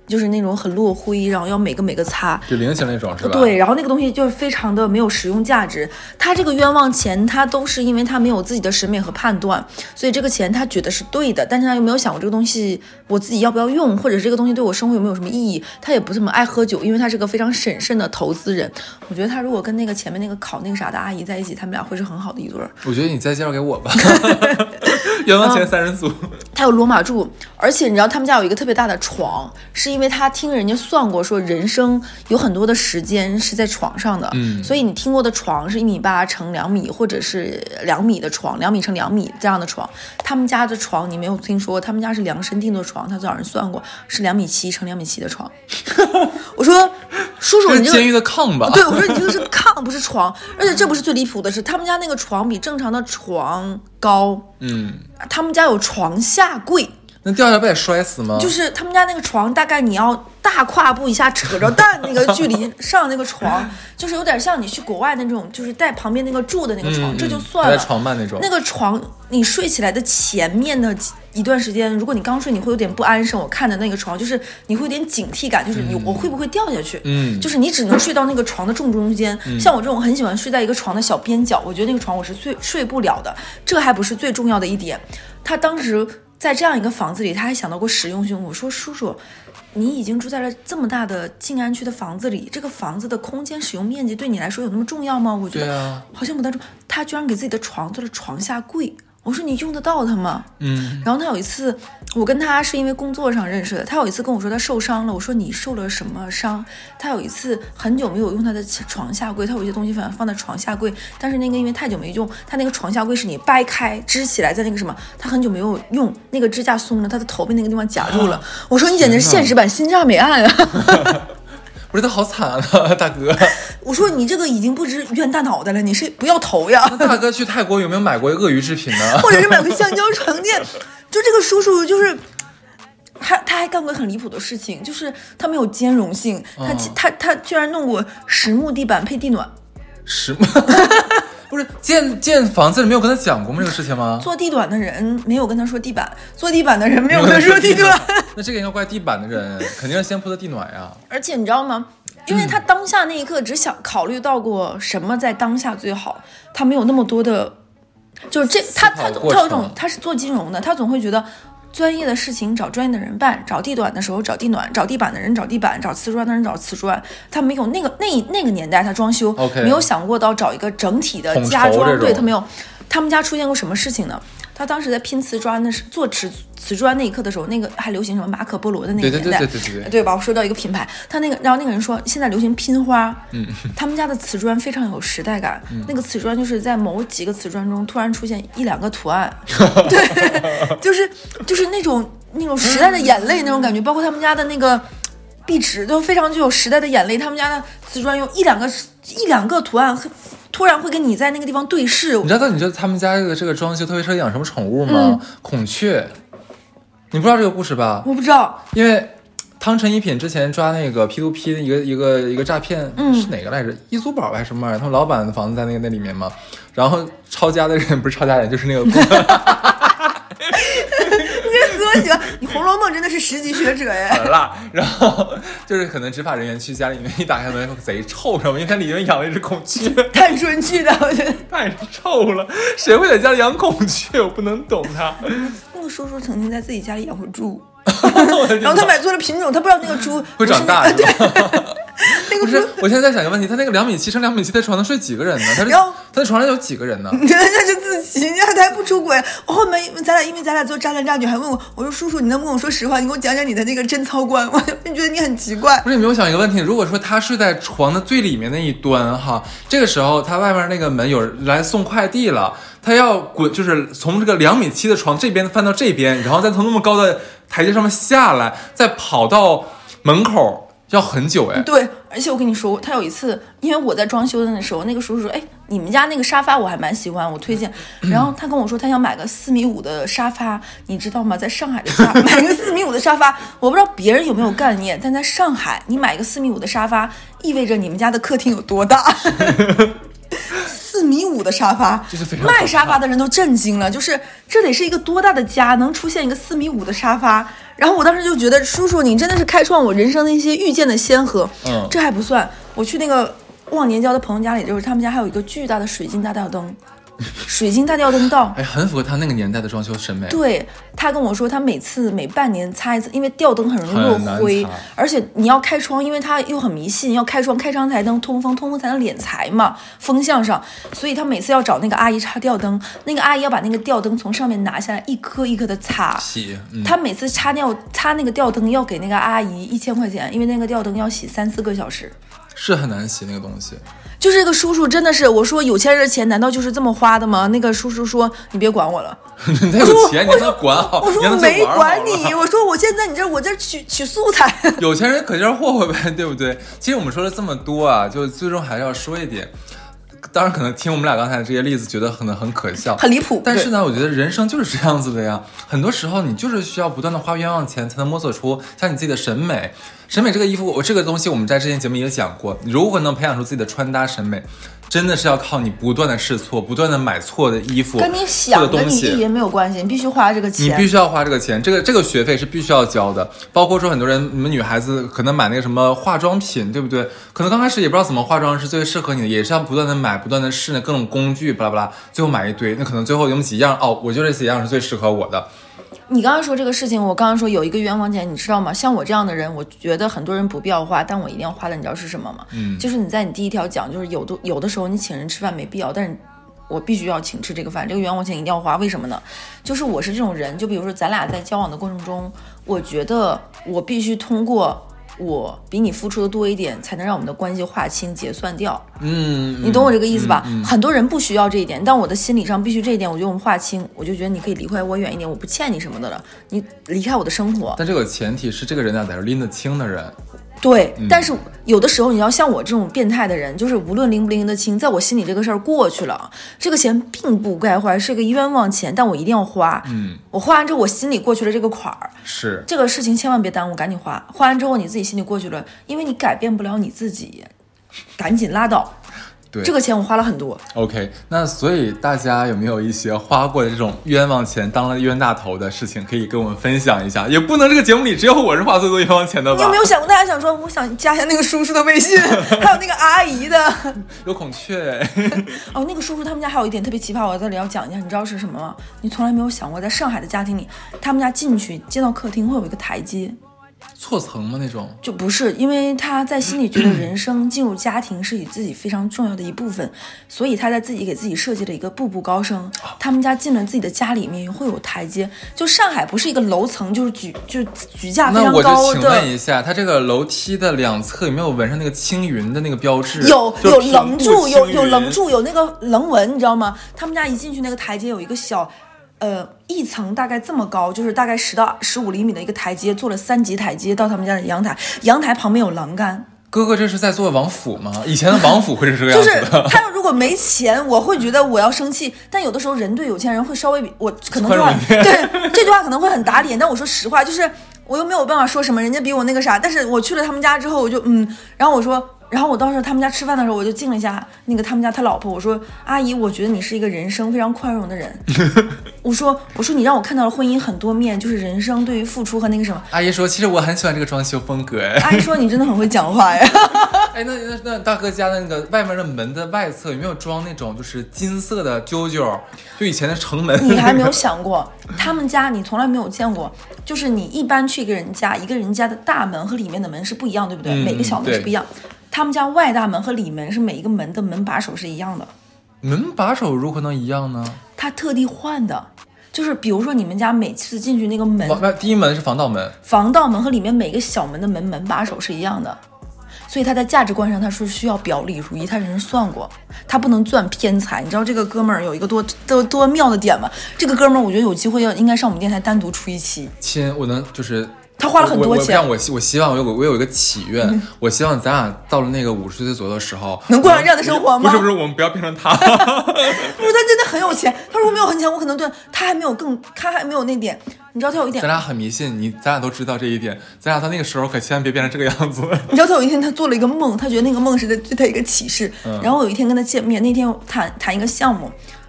B: 就是那种很落灰，然后要每个擦，
C: 就菱形那种是吧？
B: 对，然后那个东西就是非常的没有实用价值。他这个冤枉钱，他都是因为他没有自己的审美和判断，所以这个钱他觉得是对的，但是他又没有想过这个东西我自己要不要用，或者这个东西对我生活有没有什么意义。他也不怎么爱喝酒，因为他是个非常审慎的投资人。我觉得他如果跟那个前面那个烤那个啥的阿姨在一起，他们俩会是很好的一对儿。
C: 我觉得你再介绍给我吧。冤枉钱3人组。
B: 他有罗马柱，而且你知道他们家有一个特别大的床，是因为他听人家算过，说人生有很多的时间是在床上的，所以你听过的床是1.8米乘2米，或者是2米的床，2米乘2米这样的床。他们家的床你没有听说，他们家是量身定做床，他找人算过是2.7米乘2.7米的床。我说叔叔，你这个
C: 监狱的炕吧？
B: 对，我说你这个是炕不是床，而且这不是最离谱的是，他们家那个床比正常的床高，他们家有床下柜。
C: 那掉下来不得摔死吗？
B: 就是他们家那个床，大概你要大跨步一下扯着蛋那个距离上那个床，就是有点像你去国外那种，就是带旁边那个柱的那个床，这就算了。
C: 床伴那种。
B: 那个床，你睡起来的前面的一段时间，如果你刚睡，你会有点不安生。我看的那个床，就是你会有点警惕感，就是我会不会掉下去？就是你只能睡到那个床的正中间。像我这种很喜欢睡在一个床的小边角，我觉得那个床我是睡不了的。这还不是最重要的一点，他当时在这样一个房子里，他还想到过实用性。我说叔叔，你已经住在了这么大的静安区的房子里，这个房子的空间使用面积对你来说有那么重要吗？我觉得好像不太重要。他居然给自己的床做了床下柜。我说你用得到它吗？然后他有一次，我跟他是因为工作上认识的，他有一次跟我说他受伤了，我说你受了什么伤？他有一次很久没有用他的床下柜，他有一些东西放在床下柜，但是那个因为太久没用，他那个床下柜是你掰开支起来在那个什么，他很久没有用，那个支架松了，他的头被那个地方夹住了。我说你简直是现实版新炸美案啊！
C: 不是他好惨啊，大哥！
B: 我说你这个已经不止冤大脑袋了，你是不要头呀！
C: 那大哥去泰国有没有买过鳄鱼制品呢？
B: 或者是买回橡胶床垫？就这个叔叔就是他还干过很离谱的事情，就是他没有兼容性，他居然弄过实木地板配地暖。
C: 实木不是建房子里没有跟他讲过吗？这个事情吗？
B: 做地暖的人没有跟他说地板，做地板的人没有跟他说地暖。
C: 那这个应该怪地板的人，肯定是先铺的地暖呀。
B: 而且你知道吗？因为他当下那一刻只想考虑到过什么在当下最好，他没有那么多的，就是他有一种，他是做金融的，他总会觉得专业的事情找专业的人办，找地暖的时候找地暖，找地板的人找地板，找瓷砖的人找瓷砖。他没有那个年代他装修没有想过到找一个整体的家装，对他没有。他们家出现过什么事情呢？他当时在拼瓷砖的做瓷砖那一刻的时候，那个还流行什么马可波罗的那个年代，对吧？我说到一个品牌，然后那个人说现在流行拼花，他们家的瓷砖非常有时代感，那个瓷砖就是在某几个瓷砖中突然出现1-2个图案，对，就是那种时代的眼泪那种感觉，包括他们家的那个壁纸都非常具有时代的眼泪，他们家的瓷砖用一两个图案。突然会跟你在那个地方对视。
C: 你知道他们家这个装修特别适合养什么宠物吗？孔雀。你不知道这个故事吧？
B: 我不知道。
C: 因为汤臣一品之前抓那个 P2P 的一个诈骗，是哪个来着？易租宝还是什么玩意儿？他们老板的房子在那里面嘛。然后抄家的人不是抄家人，就是那个。
B: 你《红楼梦》真的是10级学者哎！
C: 然后就是可能执法人员去家里面一打开门，贼臭，因为它里面养了一只孔雀，
B: 太准确的，我觉得
C: 太臭了。谁会在家里养孔雀？我不能懂他。
B: 那个叔叔曾经在自己家里养过猪，然后他买错了品种，他不知道那个猪
C: 会长大。
B: 对，那个猪。
C: 我现在在想一个问题，他那个2.7米乘2.7米的床能睡几个人呢？他在床上有几个人呢？
B: 那是自己，他还不出轨。我后面因为咱俩做渣男渣女，还问我说叔叔，你能不能跟我说实话？你给我讲讲你的那个贞操观。我就觉得你很奇怪。
C: 不是，你没有想一个问题，如果说他睡在床的最里面那一端哈，这个时候他外面那个门有人来送快递了，他要滚，就是从这个2.7米的床这边翻到这边，然后再从那么高的台阶上面下来，再跑到门口。要很久哎，
B: 对，而且我跟你说，他有一次，因为我在装修的那时候，那个叔叔说，哎，你们家那个沙发我还蛮喜欢，我推荐。然后他跟我说，他想买个4.5米的沙发，你知道吗？在上海的家买个4.5米的沙发，我不知道别人有没有概念，但在上海，你买个4.5米的沙发，意味着你们家的客厅有多大。4.5米的沙发，卖沙发的人都震惊了，就是这得是一个多大的家，能出现一个4.5米的沙发。 然后我当时就觉得，叔叔你真的是开创我人生的一些遇见的先河。这还不算，我去那个忘年交的朋友家里，就是他们家还有一个巨大的水晶大吊灯。水晶大吊灯道，
C: 很符合他那个年代的装修审美。
B: 对，他跟我说，他每半年擦一次，因为吊灯很容易落灰，而且你要开窗，因为他又很迷信，要开窗才能通风，通风才能敛财嘛，风向上，所以他每次要找那个阿姨插吊灯，那个阿姨要把那个吊灯从上面拿下来，一颗一颗的擦。他每次擦那个吊灯要给那个阿姨1000块钱，因为那个吊灯要洗3-4个小时，
C: 是很难洗那个东西。
B: 就是这个叔叔真的是，我说有钱人的钱难道就是这么花的吗？那个叔叔说你别管我了，
C: 你有钱你能管好？
B: 我说我没管你，我说我现在我这取素材。有
C: 钱人可劲儿霍霍呗，对不对？其实我们说了这么多啊，就最终还是要说一点。当然可能听我们俩刚才的这些例子觉得可能很可笑
B: 很离谱，
C: 但是呢我觉得人生就是这样子的呀，很多时候你就是需要不断的花冤枉钱才能摸索出像你自己的审美。这个衣服我这个东西我们在之前节目也讲过，如果能培养出自己的穿搭审美，真的是要靠你不断的试错，不断的买错的衣服，
B: 跟你想跟你意淫没有关系，你必须花这个钱，
C: 你必须要花这个钱，这个学费是必须要交的。包括说很多人，你们女孩子可能买那个什么化妆品，对不对？可能刚开始也不知道怎么化妆是最适合你的，也是要不断的买，不断的试那各种工具，巴拉巴拉，最后买一堆，那可能最后有几样我觉得这几样是最适合我的。
B: 你刚刚说这个事情，我刚刚说有一个冤枉钱，你知道吗？像我这样的人，我觉得很多人不必要花，但我一定要花的，你知道是什么吗？就是你在你第一条讲，就是有的时候你请人吃饭没必要，但是我必须要请吃这个饭，这个冤枉钱一定要花。为什么呢？就是我是这种人，就比如说咱俩在交往的过程中，我觉得我必须通过我比你付出的多一点，才能让我们的关系划清结算掉。你懂我这个意思吧？很多人不需要这一点，但我的心理上必须这一点，我觉得我们划清，我就觉得你可以离开我远一点，我不欠你什么的了，你离开我的生活。
C: 但这个前提是这个人得是拎得清的人。
B: 对，但是有的时候你要像我这种变态的人，就是无论拎不拎得清，在我心里这个事儿过去了，这个钱并不该花，是个冤枉钱，但我一定要花。我花完之后我心里过去了这个坎儿，
C: 是
B: 这个事情千万别耽误，赶紧花。花完之后你自己心里过去了，因为你改变不了你自己，赶紧拉倒。对，这个钱我花了很多。
C: OK， 那所以大家有没有一些花过的这种冤枉钱当了冤大头的事情，可以跟我们分享一下？也不能这个节目里只有我是花最多冤枉钱的吧？
B: 你有没有想过，大家想说，我想加一下那个叔叔的微信，还有那个阿姨的，
C: 有孔雀
B: 那个叔叔他们家还有一点特别奇葩，我在这里要讲一下，你知道是什么吗？你从来没有想过，在上海的家庭里，他们家进到客厅会有一个台阶。
C: 错层吗？那种
B: 就不是，因为他在心里觉得人生进入家庭是自己非常重要的一部分，所以他在自己给自己设计了一个步步高升。他们家进了自己的家里面会有台阶，就上海不是一个楼层，就是举架非常高的。
C: 那我就请问一下，他这个楼梯的两侧有没有纹上那个青云的那个标志？
B: 有棱柱，有棱柱，有那个棱纹，你知道吗？他们家一进去那个台阶有一个小。一层大概这么高，就是大概10到15厘米的一个台阶，做了3级台阶到他们家的阳台，阳台旁边有栏杆。
C: 哥哥这是在做王府吗？以前的王府会是这个样子的。
B: 就是他如果没钱，我会觉得我要生气，但有的时候人对有钱人会稍微比我可能对这句话可能会很打脸，但我说实话，就是我又没有办法说什么，人家比我那个啥，但是我去了他们家之后，我就然后我说。然后我到时候他们家吃饭的时候，我就敬了一下那个他们家他老婆，我说阿姨，我觉得你是一个人生非常宽容的人。我说你让我看到了婚姻很多面，就是人生对于付出和那个什么。
C: 阿姨说，其实我很喜欢这个装修风格。
B: 阿姨说你真的很会讲话呀。
C: 那大哥家的那个外面的门的外侧有没有装那种就是金色的啾啾？就以前的城门。
B: 你还没有想过，他们家你从来没有见过，就是你一般去一个人家的大门和里面的门是不一样，对不对？每个小门是不一样。他们家外大门和里门是每一个门的门把手是一样的。
C: 门把手如何能一样呢？
B: 他特地换的，就是比如说你们家每次进去那个门，
C: 第一门是防盗门，
B: 防盗门和里面每个小门的门把手是一样的。所以他在价值观上他是需要表里如一，他人算过，他不能赚偏财。你知道这个哥们儿有一个多妙的点吗？这个哥们儿我觉得有机会应该上我们电台单独出一期。
C: 亲，我能就是
B: 他花了很多钱。
C: 我希望我有一个祈愿，我希望咱俩到了那个50岁左右的时候，
B: 能过上这样的生活吗？
C: 不是，我们不要变成他。
B: 不是，他真的很有钱。他说我没有很钱，我可能对他还没有那点。你知道他有一点，
C: 咱俩很迷信，咱俩都知道这一点，咱俩到那个时候可千万别变成这个样子。
B: 你知道他有一天他做了一个梦，他觉得那个梦是对他一个启示。然后有一天跟他见面，那天谈一个项目。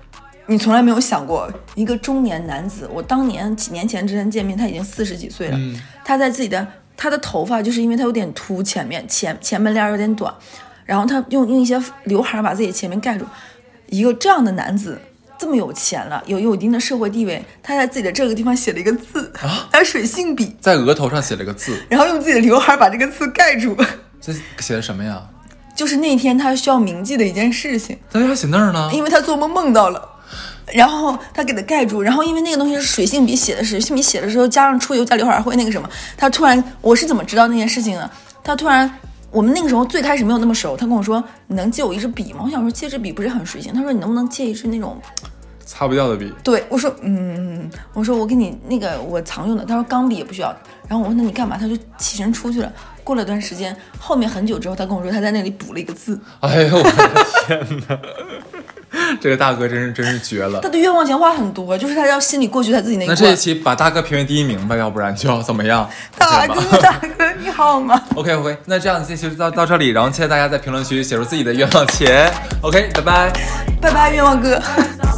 B: 你从来没有想过一个中年男子，我当年几年前之前见面，他已经40几岁了，他在他的头发就是因为他有点秃，前门帘有点短，然后他用一些刘海把自己前面盖住。一个这样的男子这么有钱了，有一定的社会地位，他在自己的这个地方写了一个字他水性笔
C: 在额头上写了个字，
B: 然后用自己的刘海把这个字盖住。
C: 这写的什么呀？
B: 就是那天他需要铭记的一件事情。
C: 他为啥写那儿呢？
B: 因为他做梦梦到了，然后他给他盖住，然后因为那个东西是水性笔写的，水性笔写的时候加上出油加刘海会那个什么，他突然，我是怎么知道那件事情呢？他突然，我们那个时候最开始没有那么熟，他跟我说你能借我一支笔吗？我想说借支笔不是很随性，他说你能不能借一支那种
C: 擦不掉的笔？
B: 对，我说我说我给你那个我常用的，他说钢笔也不需要。然后我问他你干嘛，他就起身出去了。过了段时间，后面很久之后，他跟我说他在那里补了一个字。
C: 哎呦我的天哪！这个大哥真是绝了。
B: 他的冤枉钱花很多，就是他要心里过去他自己那一关。
C: 那这一期把大哥评为第1名吧，要不然就要怎么样？
B: 大哥你好吗
C: ？OK， 那这样这期就到这里，然后期待大家在评论区写出自己的冤枉钱。OK， 拜拜，
B: 拜拜，冤枉哥。